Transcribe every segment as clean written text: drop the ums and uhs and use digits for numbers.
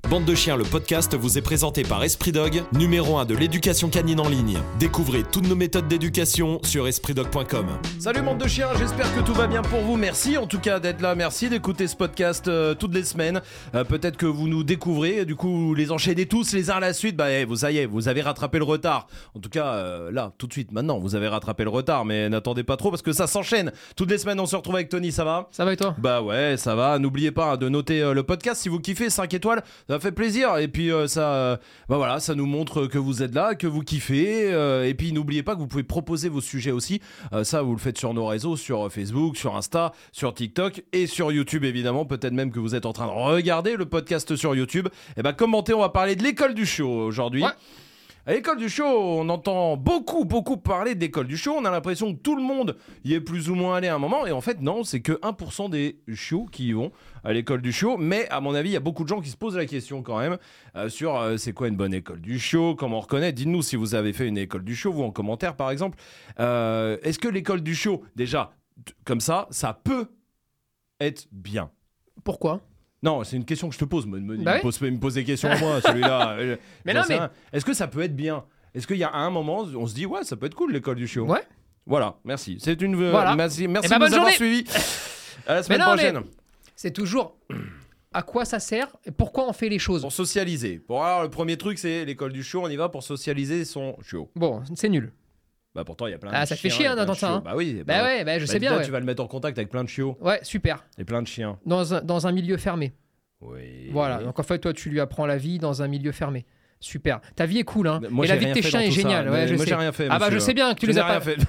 Bande de chiens, le podcast vous est présenté par Esprit Dog, numéro 1 de l'éducation canine en ligne. Découvrez toutes nos méthodes d'éducation sur espritdog.com. Salut bande de chiens, j'espère que tout va bien pour vous. Merci en tout cas d'être là, merci d'écouter ce podcast toutes les semaines. Peut-être que vous nous découvrez, du coup vous les enchaînez tous les uns à la suite. Ça y est, vous avez rattrapé le retard. En tout cas, là, tout de suite, maintenant, vous avez rattrapé le retard. Mais n'attendez pas trop parce que ça s'enchaîne. Toutes les semaines, on se retrouve avec Tony, ça va ? Ça va et toi ? Bah ouais, ça va. N'oubliez pas de noter le podcast si vous kiffez, 5 étoiles. Ça fait plaisir et puis ça nous montre que vous êtes là, que vous kiffez et puis n'oubliez pas que vous pouvez proposer vos sujets aussi, ça vous le faites sur nos réseaux, sur Facebook, sur Insta, sur TikTok et sur YouTube évidemment, peut-être même que vous êtes en train de regarder le podcast sur YouTube. Et commentez, on va parler de l'école du chiot aujourd'hui. Ouais. À l'école du chiot, on entend beaucoup parler d'école du chiot. On a l'impression que tout le monde y est plus ou moins allé à un moment. Et en fait, non, c'est que 1% des chiots qui y vont à l'école du chiot. Mais à mon avis, il y a beaucoup de gens qui se posent la question quand même sur c'est quoi une bonne école du chiot, comment on reconnaît. Dites-nous si vous avez fait une école du chiot, vous en commentaire par exemple. Est-ce que l'école du chiot, déjà, comme ça peut être bien ? Pourquoi ? Non, c'est une question que je te pose. Il me pose des questions à moi, celui-là. Mais est-ce que ça peut être bien ? Est-ce qu'il y a un moment, on se dit, ouais, ça peut être cool l'école du chiot ? Ouais. Voilà, merci. C'est une. Voilà. Merci de nous avoir suivis. À la semaine prochaine. C'est toujours à quoi ça sert et pourquoi on fait les choses. Pour socialiser. Alors, le premier truc, c'est l'école du chiot. On y va pour socialiser son chiot. Bon, c'est nul. Pourtant, il y a plein de chiens. Ah, ça fait chier d'entendre ça. Hein. Bah oui. Je sais bien. Tu vas le mettre en contact avec plein de chiots. Ouais, super. Et plein de chiens. Dans un milieu fermé. Oui. Voilà. Donc en fait, toi, tu lui apprends la vie dans un milieu fermé. Super. Ta vie est cool, hein. Moi, et la vie de tes chiens est géniale. Ouais, moi, j'ai rien fait. Ah je sais bien que tu les as rien fait.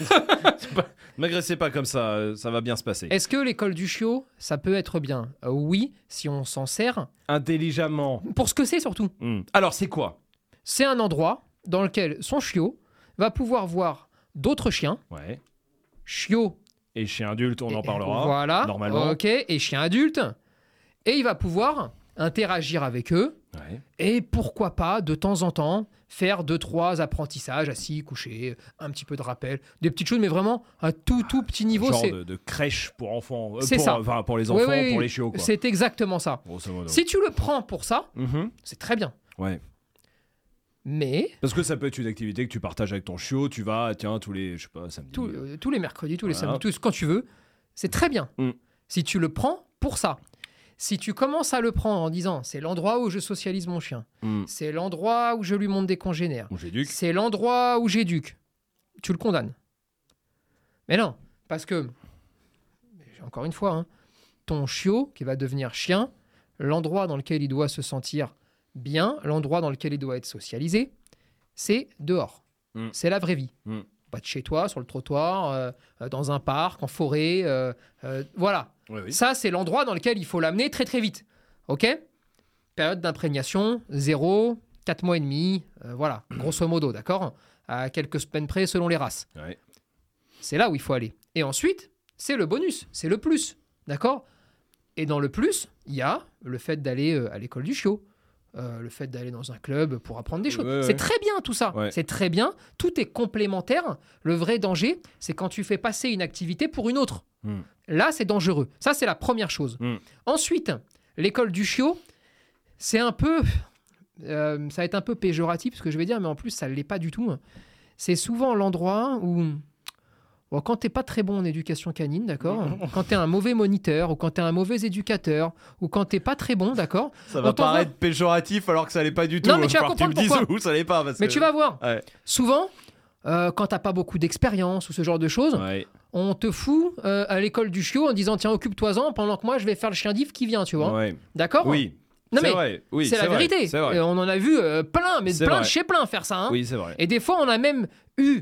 M'agressez pas comme ça, ça va bien se passer. Est-ce que l'école du chiot, ça peut être bien ? Oui, si on s'en sert intelligemment. Pour ce que c'est surtout. Alors, c'est quoi ? C'est un endroit dans lequel son chiot va pouvoir voir d'autres chiens. Ouais. Chiots. Et chiens adultes, on en parlera. Voilà. Normalement. Ok. Et chiens adultes. Et il va pouvoir interagir avec eux. Ouais. Et pourquoi pas, de temps en temps, faire 2-3 apprentissages, assis, couchés, un petit peu de rappel, des petites choses, mais vraiment à tout petit niveau. Genre de crèche pour enfants. C'est ça. Enfin, pour les enfants, oui, pour les chiots, quoi. C'est exactement ça. Si tu le prends pour ça, c'est très bien. Ouais. Mais... Parce que ça peut être une activité que tu partages avec ton chiot, tu vas, tous les, je sais pas, samedi. Tous les mercredis, tous les samedis, quand tu veux, c'est très bien. Si tu le prends pour ça. Si tu commences à le prendre en disant c'est l'endroit où je socialise mon chien, c'est l'endroit où je lui montre des congénères, c'est l'endroit où j'éduque, tu le condamnes. Mais non, parce que, encore une fois, ton chiot qui va devenir chien, l'endroit dans lequel il doit se sentir bien, l'endroit dans lequel il doit être socialisé, c'est dehors. C'est la vraie vie. Pas de chez toi, sur le trottoir, dans un parc, en forêt, voilà. Oui. Ça, c'est l'endroit dans lequel il faut l'amener très très vite. Ok ? Période d'imprégnation, 0, 4 mois et demi, voilà, grosso modo, d'accord ? À quelques semaines près selon les races. Ouais. C'est là où il faut aller. Et ensuite, c'est le bonus, c'est le plus, d'accord ? Et dans le plus, il y a le fait d'aller à l'école du chiot. Le fait d'aller dans un club pour apprendre des choses. C'est très bien tout ça. C'est très bien. Tout est complémentaire. Le vrai danger, c'est quand tu fais passer une activité pour une autre. Là, c'est dangereux. Ça, c'est la première chose. Ensuite, l'école du chiot, c'est un peu... ça va être un peu péjoratif ce que je vais dire, mais en plus, ça ne l'est pas du tout. C'est souvent l'endroit où... Bon, quand tu n'es pas très bon en éducation canine, d'accord ? Quand tu es un mauvais moniteur, ou quand tu es un mauvais éducateur, ou quand tu n'es pas très bon, d'accord ? Ça va paraître péjoratif alors que ça l'est pas du tout. Non, mais tu vas comprendre pourquoi. Où ça l'est pas. Mais tu vas voir. Ouais. Souvent, quand tu n'as pas beaucoup d'expérience ou ce genre de choses, on te fout à l'école du chiot en disant tiens, occupe-toi-en pendant que moi je vais faire le chien diff qui vient, tu vois. Ouais. D'accord ? Oui. Non, mais vrai. Oui, c'est la vérité. C'est vrai. On en a vu plein de chez plein faire ça. Oui, c'est vrai. Et des fois, on a même eu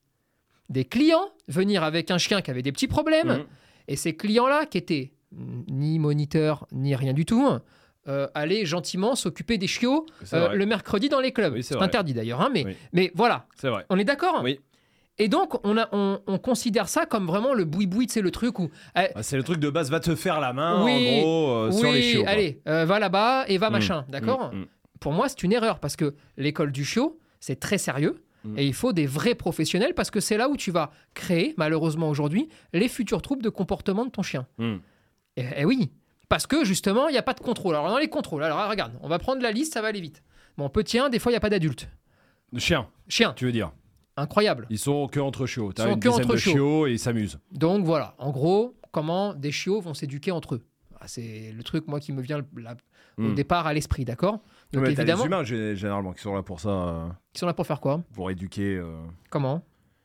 des clients venir avec un chien qui avait des petits problèmes. Et ces clients-là, qui étaient ni moniteurs, ni rien du tout, allaient gentiment s'occuper des chiots le mercredi dans les clubs. Oui, c'est interdit d'ailleurs, mais voilà. C'est vrai. On est d'accord ? Oui. Et donc, on considère ça comme vraiment le boui-boui, c'est le truc où... c'est le truc de base, va te faire la main, en gros, sur les chiots. Allez, va là-bas et va machin, d'accord ? Pour moi, c'est une erreur, parce que l'école du chiot, c'est très sérieux. Et il faut des vrais professionnels parce que c'est là où tu vas créer, malheureusement aujourd'hui, les futurs troubles de comportement de ton chien. Et oui, Parce que justement, il n'y a pas de contrôle. Alors dans les contrôles, alors regarde, on va prendre la liste, ça va aller vite. Bon, petit 1, des fois, il n'y a pas d'adulte. Chien, tu veux dire. Incroyable. Ils sont que entre chiots. T'as Ils sont une que dizaine entre de chiots. chiots et ils s'amusent. Donc voilà, en gros, comment des chiots vont s'éduquer entre eux. C'est le truc, moi, qui me vient au départ à l'esprit, d'accord? Donc Mais t'as les évidemment, humains généralement qui sont là pour ça, ils sont là pour faire quoi? pour éduquer. Comment?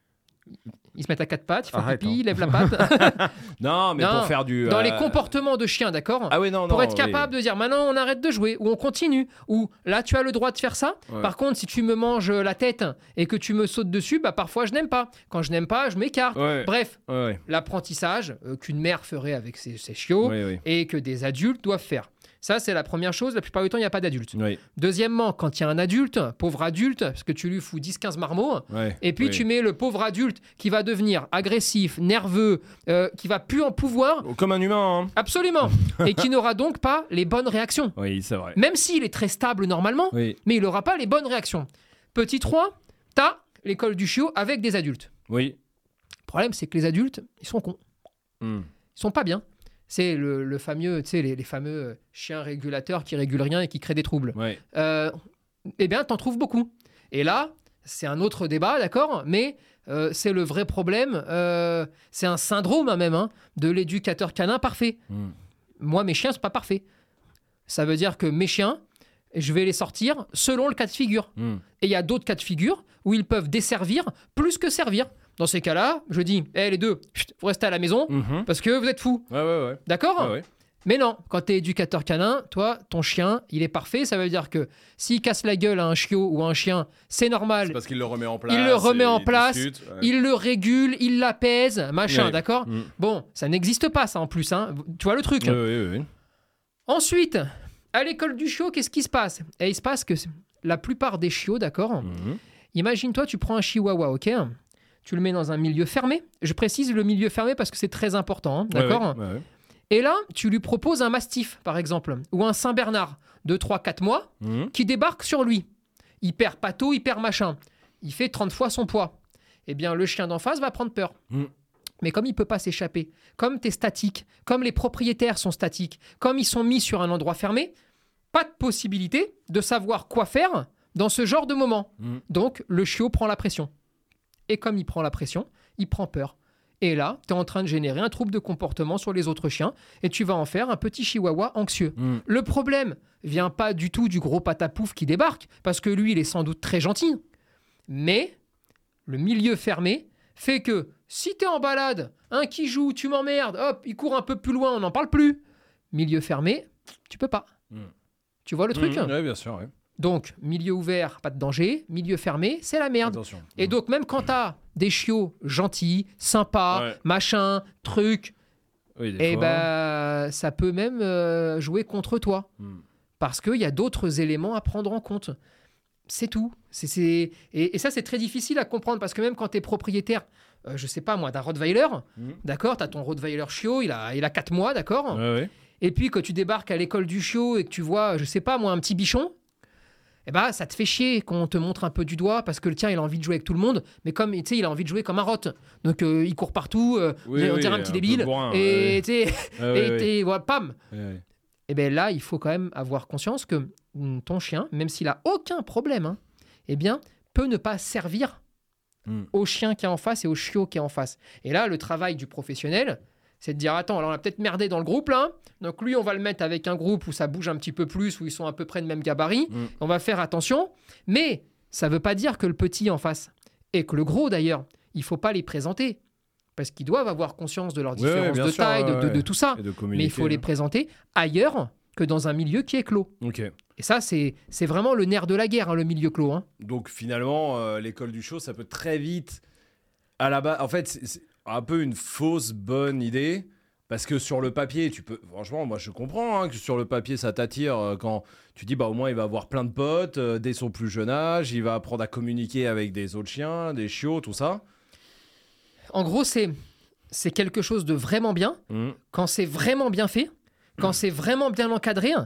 Ils se mettent à quatre pattes, ils font Arrête, pipi, ils lèvent la patte. Non, mais Non, pour faire du. Dans les comportements de chiens, d'accord? Ah oui, non, Pour non, être capable de dire maintenant on arrête de jouer ou on continue ou là tu as le droit de faire ça. Ouais. Par contre si tu me manges la tête et que tu me sautes dessus, bah parfois je n'aime pas. Quand je n'aime pas, je m'écarte. Ouais. Bref, Ouais. l'apprentissage qu'une mère ferait avec ses chiots Oui. et que des adultes doivent faire. Ça, c'est la première chose. La plupart du temps, il n'y a pas d'adulte. Oui. Deuxièmement, quand il y a un adulte, pauvre adulte, parce que tu lui fous 10-15 marmots, Ouais. et puis Oui. tu mets le pauvre adulte qui va devenir agressif, nerveux, qui va plus en pouvoir, Comme un humain, hein. absolument, et qui n'aura donc pas les bonnes réactions. Oui, c'est vrai. Même s'il est très stable normalement, Oui. mais il n'aura pas les bonnes réactions. Petit 3, t'as l'école du chiot avec des adultes. Oui. Le problème, c'est que les adultes, ils sont cons. Hmm. Ils sont pas bien. C'est le fameux, tu sais, les fameux chiens régulateurs qui régulent rien et qui créent des troubles. Ouais. Eh bien, t'en trouves beaucoup. Et là, c'est un autre débat, d'accord? Mais c'est le vrai problème. C'est un syndrome même de l'éducateur canin parfait. Hmm. Moi, mes chiens sont pas parfaits. Ça veut dire que mes chiens, je vais les sortir selon le cas de figure. Hmm. Et il y a d'autres cas de figure où ils peuvent desservir plus que servir. Dans ces cas-là, je dis, les deux, chut, vous restez à la maison Mhm. parce que vous êtes fous. Ouais. D'accord? Ouais. Mais non, quand tu es éducateur canin, toi, ton chien, il est parfait. Ça veut dire que s'il casse la gueule à un chiot ou à un chien, c'est normal. C'est parce qu'il le remet en place. Il le remet et en il place, discute, ouais. il le régule, il l'apaise, machin, Ouais. d'accord? Mm. Bon, ça n'existe pas, ça, en plus. Tu vois le truc? Oui. Ensuite, à l'école du chiot, qu'est-ce qui se passe? Et il se passe que la plupart des chiots, d'accord? Mhm. Imagine-toi, tu prends un chihuahua, ok? Tu le mets dans un milieu fermé. Je précise le milieu fermé parce que c'est très important, d'accord? Ouais. Et là, tu lui proposes un mastif, par exemple, ou un Saint-Bernard de 3-4 mois Mhm. qui débarque sur lui. Hyper pâteau, hyper machin. Il fait 30 fois son poids. Eh bien, le chien d'en face va prendre peur. Mhm. Mais comme il ne peut pas s'échapper, comme tu es statique, comme les propriétaires sont statiques, comme ils sont mis sur un endroit fermé, pas de possibilité de savoir quoi faire dans ce genre de moment. Mhm. Donc, le chiot prend la pression. Et comme il prend la pression, il prend peur. Et là, tu es en train de générer un trouble de comportement sur les autres chiens et tu vas en faire un petit chihuahua anxieux. Mhm. Le problème vient pas du tout du gros patapouf qui débarque, parce que lui, il est sans doute très gentil. Mais le milieu fermé fait que si tu es en balade, un qui joue, tu m'emmerdes, hop, il court un peu plus loin, on n'en parle plus. Milieu fermé, tu peux pas. Mhm. Tu vois le truc? Oui, bien sûr. Ouais. Donc, milieu ouvert, pas de danger. Milieu fermé, c'est la merde. Attention. Et donc, même quand t'as des chiots gentils, sympas, Ouais. machin, truc, Oui, des et fois. ben ça peut même jouer contre toi. Mhm. Parce qu'il y a d'autres éléments à prendre en compte. C'est tout. Et ça, c'est très difficile à comprendre parce que même quand tu es propriétaire, je sais pas moi, d'un Rottweiler, d'accord, tu as ton Rottweiler chiot, il a 4 mois, d'accord. Ouais. Et puis que tu débarques à l'école du chiot et que tu vois, je sais pas moi, un petit bichon, eh ben, ça te fait chier qu'on te montre un peu du doigt parce que le tien, il a envie de jouer avec tout le monde, mais comme, tu sais, il a envie de jouer comme un rot. Donc, il court partout, on dirait un petit débile. bourrin, et tu sais, Ouais. et voilà, pam. Ouais. Et bien là, il faut quand même avoir conscience que ton chien, même s'il a aucun problème, eh bien, peut ne pas servir au chien qui est en face et au chiot qui est en face. Et là, le travail du professionnel, c'est de dire, attends, alors on a peut-être merdé dans le groupe, là. Donc lui, on va le mettre avec un groupe où ça bouge un petit peu plus, où ils sont à peu près de même gabarit. On va faire attention. Mais ça ne veut pas dire que le petit en face, et que le gros d'ailleurs, il ne faut pas les présenter. Parce qu'ils doivent avoir conscience de leur différence bien de sûr, taille, de tout ça. Et de Mais communiquer. il faut les présenter ailleurs que dans un milieu qui est clos. Ok. Et ça, c'est vraiment le nerf de la guerre, le milieu clos. Donc finalement, l'école du show, ça peut très vite, à la base, en fait, c'est un peu une fausse bonne idée. Parce que sur le papier, tu peux. Franchement, moi je comprends que sur le papier ça t'attire quand tu dis au moins il va avoir plein de potes dès son plus jeune âge, il va apprendre à communiquer avec des autres chiens, des chiots, tout ça. En gros, c'est quelque chose de vraiment bien, quand c'est vraiment bien fait, quand c'est vraiment bien encadré.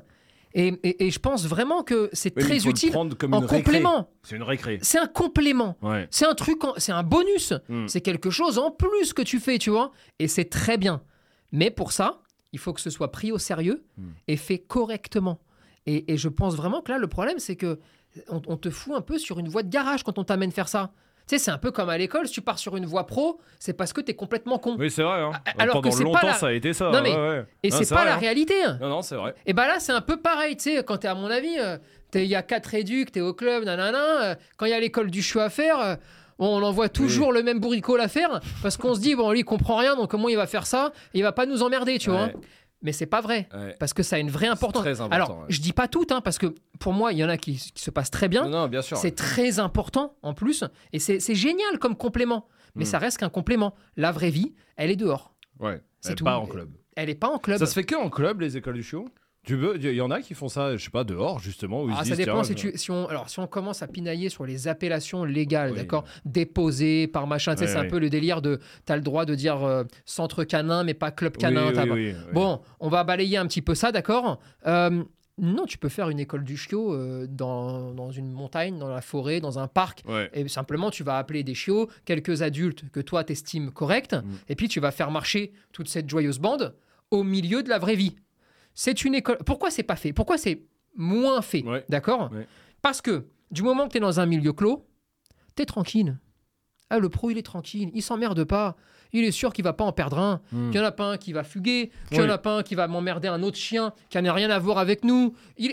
Et je pense vraiment que c'est Oui, mais il très faut le utile prendre comme en une récré. complément. C'est une récré. C'est un complément. Ouais. C'est un truc, c'est un bonus. Mm. C'est quelque chose en plus que tu fais, tu vois. Et c'est très bien. Mais pour ça, il faut que ce soit pris au sérieux et fait correctement. Et je pense vraiment que là, le problème, c'est que on te fout un peu sur une voie de garage quand on t'amène faire ça. Tu sais, c'est un peu comme à l'école, si tu pars sur une voie pro, c'est parce que t'es complètement con. Oui, c'est vrai. Hein. Alors pendant que c'est longtemps, pas ça a été ça. Non, mais... ouais. Et Non, c'est pas vrai, la hein. réalité. Non, c'est vrai. Et là, c'est un peu pareil, tu sais, quand t'es, à mon avis, il y a 4 éducs, t'es au club, nanana, quand il y a l'école du chiot à faire, on envoie toujours le même bourricot à faire, parce qu'on se dit, bon, lui, il comprend rien, donc comment il va faire ça, et il va pas nous emmerder, tu vois. Hein. Mais c'est pas vrai, parce que ça a une vraie importance. Très important. Alors, je dis pas tout, hein, parce que pour moi, il y en a qui se passent très bien. Non, bien sûr. C'est très important en plus, et c'est génial comme complément. Mais ça reste qu'un complément. La vraie vie, elle est dehors. Ouais, c'est elle est tout. pas en club. Elle est pas en club. Ça se fait que en club, les écoles du chiot. Il y en a qui font ça, je sais pas, dehors justement. Où ils se ça disent, dépend. tiens, Si on commence à pinailler sur les appellations légales, Oui. d'accord, déposées par machin, tu sais, c'est un peu le délire de t'as le droit de dire centre canin mais pas club canin. Oui. Bon, on va balayer un petit peu ça, d'accord. Non, tu peux faire une école du chiot dans une montagne, dans la forêt, dans un parc. Ouais. Et simplement, tu vas appeler des chiots, quelques adultes que toi t'estimes corrects, et puis tu vas faire marcher toute cette joyeuse bande au milieu de la vraie vie. C'est une école. Pourquoi c'est pas fait? Pourquoi c'est moins fait? D'accord? Parce que du moment que tu es dans un milieu clos, tu es tranquille. Ah, le pro, il est tranquille. Il s'emmerde pas. Il est sûr qu'il va pas en perdre un. Qu'il y en a pas un qui va fuguer. Qu'il y en a pas un qui va m'emmerder un autre chien qui n'a rien à voir avec nous.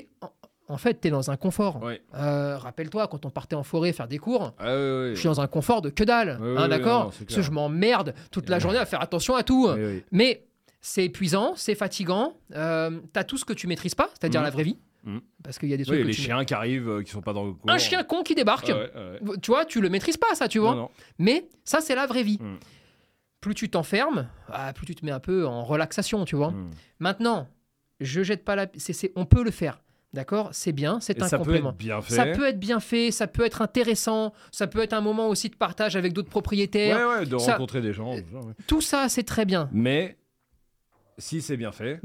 En fait, tu es dans un confort. Rappelle-toi, quand on partait en forêt faire des cours, je suis dans un confort de que dalle. D'accord? Parce que je m'emmerde toute la journée à faire attention à tout. Mais c'est épuisant, c'est fatigant. T'as tout ce que tu maîtrises pas, c'est-à-dire la vraie vie. Parce qu'il y a des trucs. Les chiens qui arrivent, qui sont pas dans le cours. Un chien con qui débarque. Tu vois, tu le maîtrises pas, ça, tu vois. Non. Mais ça, c'est la vraie vie. Plus tu t'enfermes, plus tu te mets un peu en relaxation, tu vois. Maintenant, je jette pas la. On peut le faire. D'accord, c'est bien, c'est un complément. Ça peut être bien fait, ça peut être intéressant, ça peut être un moment aussi de partage avec d'autres propriétaires. De rencontrer des gens. Tout ça, c'est très bien. Mais si c'est bien fait.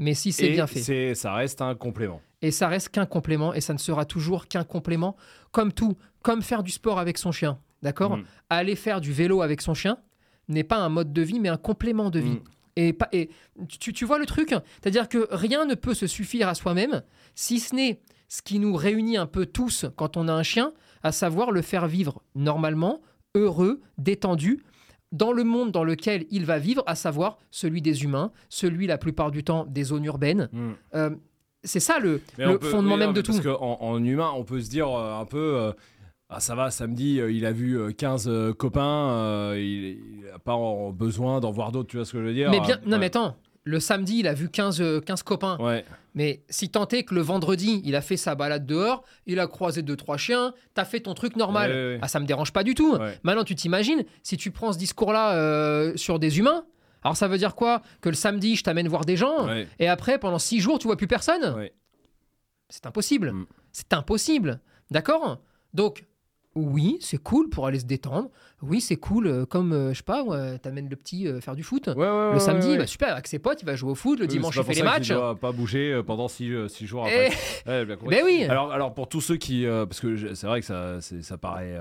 Ça reste un complément. Et ça reste qu'un complément, et ça ne sera toujours qu'un complément, comme tout, comme faire du sport avec son chien. D'accord ? Aller faire du vélo avec son chien n'est pas un mode de vie, mais un complément de vie. Et tu vois le truc ? C'est-à-dire que rien ne peut se suffire à soi-même, si ce n'est ce qui nous réunit un peu tous quand on a un chien, à savoir le faire vivre normalement, heureux, détendu, dans le monde dans lequel il va vivre, à savoir celui des humains, celui la plupart du temps des zones urbaines. C'est ça le fondement même de tout. Parce qu'en humain, on peut se dire un peu... ça va, samedi, il a vu 15 copains, il n'a pas besoin d'en voir d'autres, tu vois ce que je veux dire ? Non mais attends, le samedi, il a vu 15 copains. Mais si tant est que le vendredi, il a fait sa balade dehors, il a croisé 2-3 chiens, t'as fait ton truc normal. Ça me dérange pas du tout. Maintenant, tu t'imagines, si tu prends ce discours-là sur des humains, alors ça veut dire quoi ? Que le samedi, je t'amène voir des gens, et après, pendant 6 jours, tu vois plus personne ? C'est impossible. C'est impossible. D'accord ? Donc, oui, c'est cool pour aller se détendre. Oui, c'est cool, comme, je sais pas, t'amènes le petit faire du foot. Le samedi, bah, super, avec ses potes, il va jouer au foot. Le dimanche, il fait les matchs. Il ne doit pas bouger pendant 6 jours après. Mais oui. Alors, pour tous ceux qui... parce que c'est vrai que ça paraît...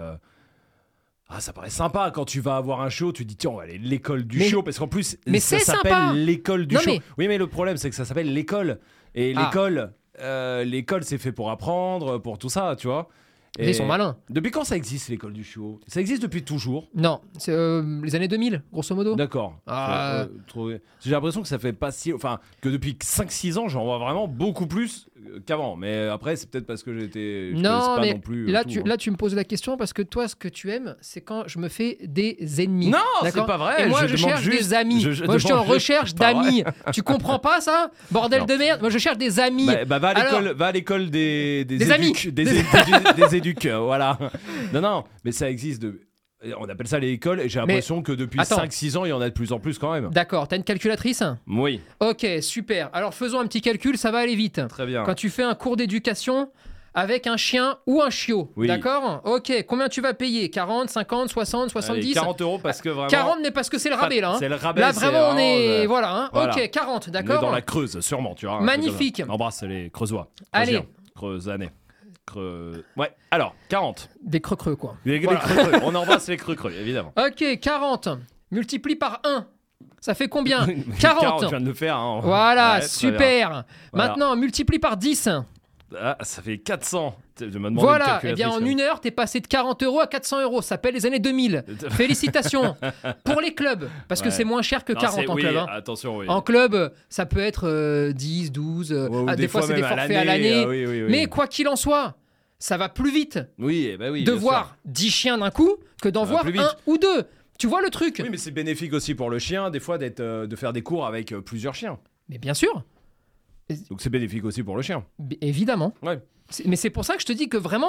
ça paraît sympa quand tu vas avoir un chiot, tu te dis tiens on va aller à l'école du chiot parce qu'en plus ça s'appelle l'école du chiot. Oui mais le problème c'est que ça s'appelle l'école et l'école c'est fait pour apprendre, pour tout ça, tu vois. Ils sont malins. Depuis quand ça existe l'école du chiot ? Ça existe depuis toujours ? Non, c'est les années 2000 grosso modo. D'accord. J'ai l'impression que ça fait pas si... Enfin, que depuis 5-6 ans j'en vois vraiment beaucoup plus qu'avant. Mais après c'est peut-être parce que j'étais... Non mais non plus, là tu me poses la question parce que toi ce que tu aimes c'est quand je me fais des ennemis. Non, c'est pas vrai. Et moi je cherche des amis. Moi je suis en recherche d'amis. Tu comprends pas ça ? Bordel de merde. Moi je cherche des amis. Va à l'école des amis. Des éduques, voilà. Non, mais ça existe. On appelle ça les écoles et j'ai l'impression que depuis 5-6 ans, il y en a de plus en plus quand même. D'accord, t'as une calculatrice ? Oui. Ok, super. Alors faisons un petit calcul, ça va aller vite. Très bien. Quand tu fais un cours d'éducation avec un chien ou un chiot, d'accord ? Ok, combien tu vas payer ? 40, 50, 60, 70 ? Allez, 40 € parce que vraiment... 40, mais parce que c'est le rabais là. C'est le rabais. Là vraiment on est... Voilà. Ok, 40, d'accord ? On est dans la Creuse, sûrement, tu vois. Magnifique. On embrasse les Creusois. Allez. Creusanais. Ouais, alors, 40. Des creux quoi. Les creux. On embrasse les creux, évidemment. Ok, 40. Multiplie par 1. Ça fait combien? 40, je viens de le faire. Hein. Voilà, Ouais, très super. bien. Voilà. Maintenant, multiplie par 10. Ah, ça fait 400. Je m'as demandé une Voilà, et calculatrice, bien en là. une heure, t'es passé de 40 € à 400 €. Ça s'appelle les années 2000. Félicitations. Pour les clubs, parce que Ouais. c'est moins cher que Non, 40 en oui, club. Hein. attention, oui. En club, ça peut être 10, 12. Ou Des fois, c'est des même forfaits à l'année. oui. Mais quoi qu'il en soit, ça va plus vite Oui, bah oui, de bien voir 10 chiens d'un coup que d'en Ça va voir plus vite. un ou deux. Tu vois le truc? sûr. Oui, mais c'est bénéfique aussi pour le chien, des fois, de faire des cours avec plusieurs chiens. Mais bien sûr, Donc c'est bénéfique aussi pour le chien. évidemment. Ouais. Mais c'est pour ça que je te dis que vraiment.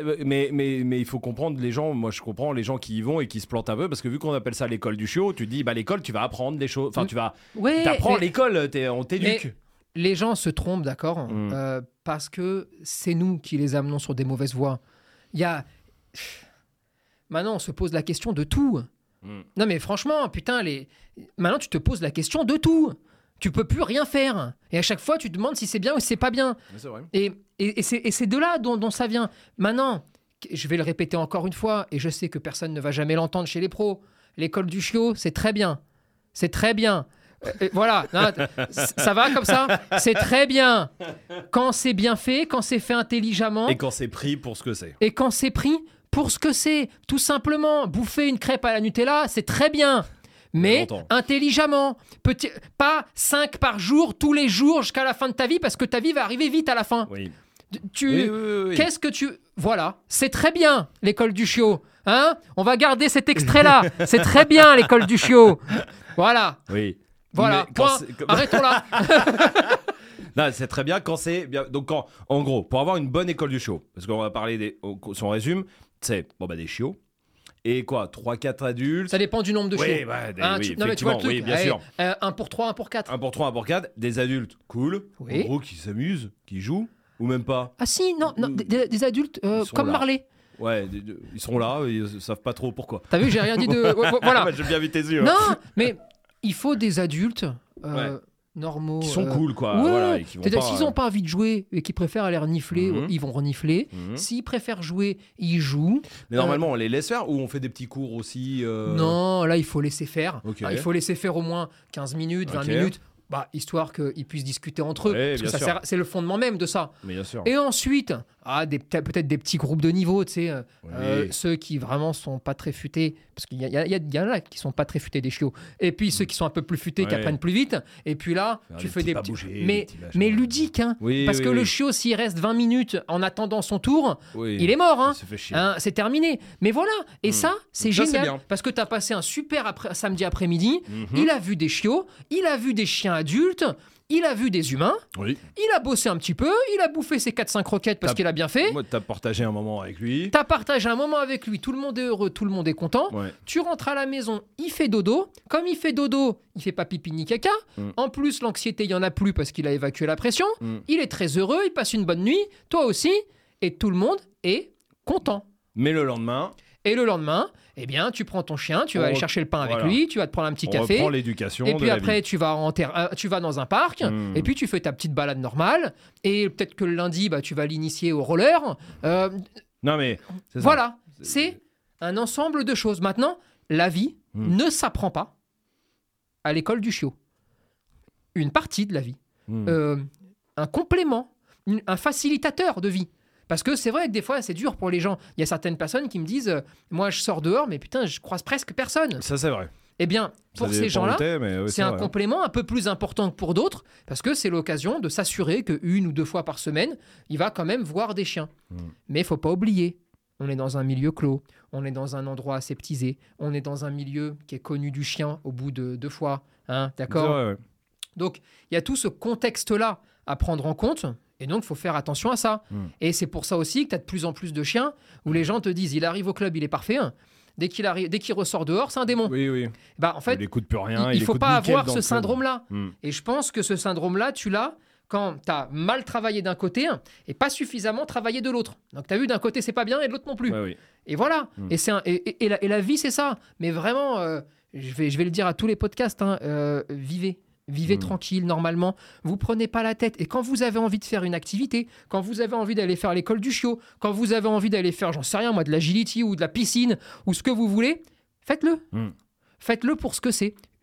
Mais il faut comprendre les gens. Moi, je comprends les gens qui y vont et qui se plantent un peu parce que vu qu'on appelle ça l'école du chiot, tu te dis bah l'école, tu vas apprendre des choses. Enfin, tu vas. Ouais, T'apprends mais l'école, on t'éduque. les gens se trompent, d'accord, parce que c'est nous qui les amenons sur des mauvaises voies. Il y a. Maintenant, on se pose la question de tout. Non, mais franchement, putain, maintenant, tu te poses la question de tout. Tu peux plus rien faire. Et à chaque fois, tu te demandes si c'est bien ou si c'est pas bien. C'est vrai. Et c'est de là dont ça vient. Maintenant, je vais le répéter encore une fois, et je sais que personne ne va jamais l'entendre chez les pros. L'école du chiot, c'est très bien. C'est très bien. Voilà, non, ça va comme ça. C'est très bien. Quand c'est bien fait, quand c'est fait intelligemment. Et quand c'est pris pour ce que c'est. Et quand c'est pris pour ce que c'est. Tout simplement, bouffer une crêpe à la Nutella, c'est très bien. Mais longtemps. intelligemment. Pas 5 par jour, tous les jours, jusqu'à la fin de ta vie, parce que ta vie va arriver vite à la fin. Oui. Oui. Qu'est-ce que tu... Voilà, c'est très bien, l'école du chiot. Hein? On va garder cet extrait-là. C'est très bien, l'école du chiot. Voilà. Oui. Voilà, Mais quand point. c'est- Arrêtons là. Non, c'est très bien quand c'est bien. Donc, en gros, pour avoir une bonne école du chiot, parce qu'on va parler si on résume, c'est des chiots. Et quoi, 3-4 adultes. Ça dépend du nombre de chiots. Oui, Non, mais tu vois le effectivement, truc. oui, bien Allez, sûr. 1 pour 3, 1 pour 4. 1 pour 3, 1 pour 4, des adultes cool, Oui. en gros, qui s'amusent, qui jouent, ou même pas. Ah si, non, des adultes Ils sont comme là. Marley. Ouais, ils seront là, ils savent pas trop pourquoi. T'as vu, j'ai rien dit de... Voilà. J'ai bien vu tes yeux. Non, mais il faut des adultes normaux. Qui sont cool, quoi. Ouais, Voilà, et qui vont c'est-à-dire pas, s'ils n'ont pas envie de jouer et qu'ils préfèrent aller renifler, Mhm. ils vont renifler. Mhm. S'ils préfèrent jouer, ils jouent. Mais normalement, on les laisse faire ou on fait des petits cours aussi Non, là, il faut laisser faire. Ok. Il faut laisser faire au moins 15 minutes, 20 Ok. minutes, histoire qu'ils puissent discuter entre eux. Ouais, parce que bien sûr. c'est le fondement même de ça. Mais bien sûr. Et ensuite, peut-être des petits groupes de niveau, tu sais, Oui. ceux qui vraiment sont pas très futés, parce qu'il y en a qui sont pas très futés des chiots, et puis ceux qui sont un peu plus futés, qui Ouais. apprennent plus vite, et puis là, Faire tu des fais petits des pas petits... bouger, des mais, petits machins. mais ludique, hein, Oui, parce oui, que oui. le chiot, s'il reste 20 minutes en attendant son tour, Oui. il est mort, hein. Il se fait chier. Hein, c'est terminé. Mais voilà, et ça, c'est Ça, c'est génial, bien. parce que tu as passé un super samedi après-midi, Mhm. il a vu des chiots, il a vu des chiens adultes, il a vu des humains, Oui. il a bossé un petit peu, il a bouffé ses 4-5 croquettes parce T'as- qu'il a bien fait. Moi, t'as partagé un moment avec lui. T'as partagé un moment avec lui, tout le monde est heureux, tout le monde est content. Ouais. Tu rentres à la maison, il fait dodo. Comme il fait dodo, il fait pas pipi ni caca. Mm. En plus, l'anxiété, il y en a plus parce qu'il a évacué la pression. Mm. Il est très heureux, il passe une bonne nuit, toi aussi, et tout le monde est content. Mais le lendemain, Et le lendemain, eh bien, tu prends ton chien, tu vas On aller re- chercher le pain avec voilà. lui, tu vas te prendre un petit on café. reprend l'éducation. Et de puis la après, vie. tu vas dans un parc, Mm. et puis tu fais ta petite balade normale, et peut-être que le lundi, tu vas l'initier au roller. Non, mais. c'est ça. Voilà, c'est un ensemble de choses. Maintenant, la vie Mm. ne s'apprend pas à l'école du chiot. Une partie de la vie. Mm. Un complément, un facilitateur de vie. Parce que c'est vrai que des fois, c'est dur pour les gens. Il y a certaines personnes qui me disent moi, je sors dehors, mais putain, je croise presque personne. Ça, c'est vrai. Eh bien, pour Ça ces dépend gens-là, où t'es, mais ouais, c'est un vrai. complément un peu plus important que pour d'autres, parce que c'est l'occasion de s'assurer qu'une ou deux fois par semaine, il va quand même voir des chiens. Mais il faut pas oublier, on est dans un milieu clos, on est dans un endroit aseptisé, on est dans un milieu qui est connu du chien au bout de 2 fois. Hein, d'accord ? C'est vrai, ouais. Donc, il y a tout ce contexte-là à prendre en compte. Et donc, il faut faire attention à ça. Et c'est pour ça aussi que tu as de plus en plus de chiens où les gens te disent il arrive au club, il est parfait. Dès qu'il ressort dehors, c'est un démon. Oui, oui. En fait, Il écoute plus rien. il ne faut écoute pas nickel avoir dans ce le club. syndrome-là. Mm. Et je pense que ce syndrome-là, tu l'as quand tu as mal travaillé d'un côté et pas suffisamment travaillé de l'autre. Donc, tu as vu, d'un côté, c'est pas bien et de l'autre non plus. Ouais, oui. Et voilà. Mm. Et la vie, c'est ça. Mais vraiment, je vais le dire à tous les podcasts, vivez. Vivez tranquille, normalement. Vous prenez pas la tête. Et quand vous avez envie de faire une activité, quand vous avez envie d'aller faire l'école du chiot, quand vous avez envie d'aller faire, j'en sais rien, moi, de l'agility ou de la piscine ou ce que vous voulez, faites-le. Mm. Faites-le pour ce que c'est.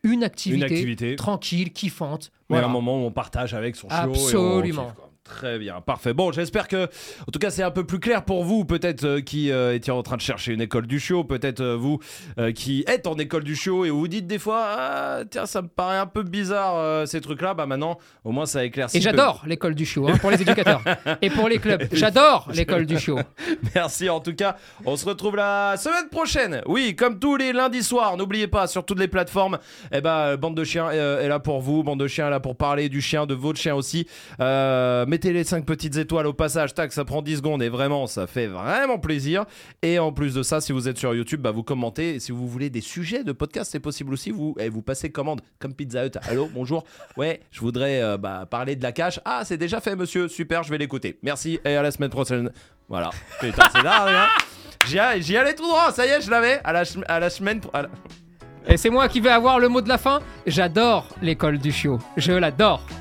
une activité, activité. tranquille, kiffante. Mais Voilà. un moment où on partage avec son chiot. Absolument. Et on kiffe, quoi. Très bien, parfait. Bon, j'espère que, en tout cas, c'est un peu plus clair pour vous, peut-être qui étiez en train de chercher une école du chiot, peut-être vous qui êtes en école du chiot et vous dites des fois, ah, tiens, ça me paraît un peu bizarre ces trucs-là. Bah maintenant, au moins, ça éclaircit. Et j'adore l'école du chiot, pour les éducateurs et pour les clubs. J'adore l'école du chiot. Merci en tout cas. On se retrouve la semaine prochaine. Oui, comme tous les lundis soirs. N'oubliez pas, sur toutes les plateformes, Bande de Chiens est là pour vous. Bande de Chiens est là pour parler du chien, de votre chien aussi. Mettez les 5 petites étoiles au passage. Tac, ça prend 10 secondes et vraiment, ça fait vraiment plaisir. Et en plus de ça, si vous êtes sur YouTube, vous commentez. Et si vous voulez des sujets de podcast, c'est possible aussi. Vous passez commande comme Pizza Hut. Allô, bonjour. Ouais, je voudrais parler de la cache. Ah, c'est déjà fait, monsieur. Super, je vais l'écouter. Merci et à la semaine prochaine. Voilà. Putain, c'est dingue, hein. J'y allais tout droit, ça y est, je l'avais. À la semaine. Et c'est moi qui vais avoir le mot de la fin. J'adore l'école du chiot. Je l'adore.